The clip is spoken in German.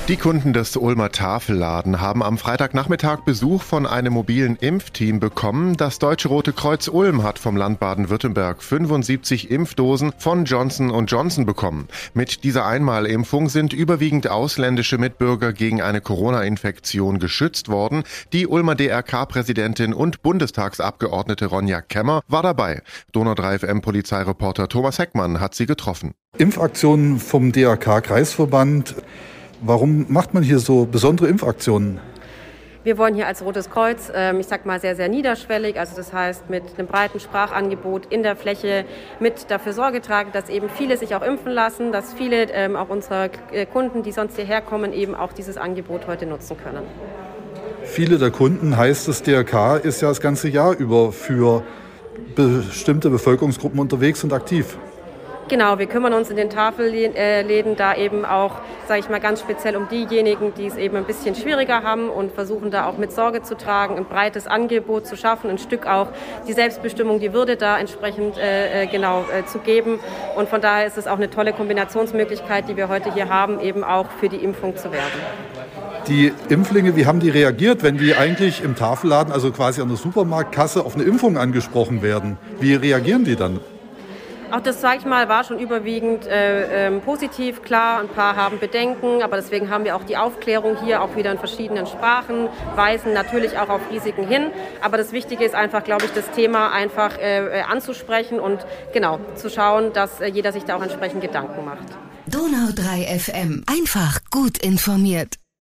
Die Kunden des Ulmer Tafelladen haben am Freitagnachmittag Besuch von einem mobilen Impfteam bekommen. Das Deutsche Rote Kreuz Ulm hat vom Land Baden-Württemberg 75 Impfdosen von Johnson & Johnson bekommen. Mit dieser Einmalimpfung sind überwiegend ausländische Mitbürger gegen eine Corona-Infektion geschützt worden. Die Ulmer DRK-Präsidentin und Bundestagsabgeordnete Ronja Kemmer war dabei. Donau 3 FM-Polizeireporter Thomas Heckmann hat sie getroffen. Impfaktionen vom DRK-Kreisverband. Warum macht man hier so besondere Impfaktionen? Wir wollen hier als Rotes Kreuz, sehr, sehr niederschwellig, also das heißt mit einem breiten Sprachangebot in der Fläche mit dafür Sorge tragen, dass eben viele sich auch impfen lassen, dass viele auch unserer Kunden, die sonst hierher kommen, eben auch dieses Angebot heute nutzen können. Viele der Kunden, heißt es, DRK ist ja das ganze Jahr über für bestimmte Bevölkerungsgruppen unterwegs und aktiv. Genau, wir kümmern uns in den Tafelläden da eben auch, ganz speziell um diejenigen, die es eben ein bisschen schwieriger haben und versuchen da auch mit Sorge zu tragen, ein breites Angebot zu schaffen, ein Stück auch die Selbstbestimmung, die Würde da entsprechend zu geben. Und von daher ist es auch eine tolle Kombinationsmöglichkeit, die wir heute hier haben, eben auch für die Impfung zu werben. Die Impflinge, wie haben die reagiert, wenn die eigentlich im Tafelladen, also quasi an der Supermarktkasse, auf eine Impfung angesprochen werden? Wie reagieren die dann? Auch das, war schon überwiegend positiv. Klar, ein paar haben Bedenken, aber deswegen haben wir auch die Aufklärung hier auch wieder in verschiedenen Sprachen, weisen natürlich auch auf Risiken hin. Aber das Wichtige ist einfach, glaube ich, das Thema einfach anzusprechen und zu schauen, dass jeder sich da auch entsprechend Gedanken macht. Donau 3 FM. Einfach gut informiert.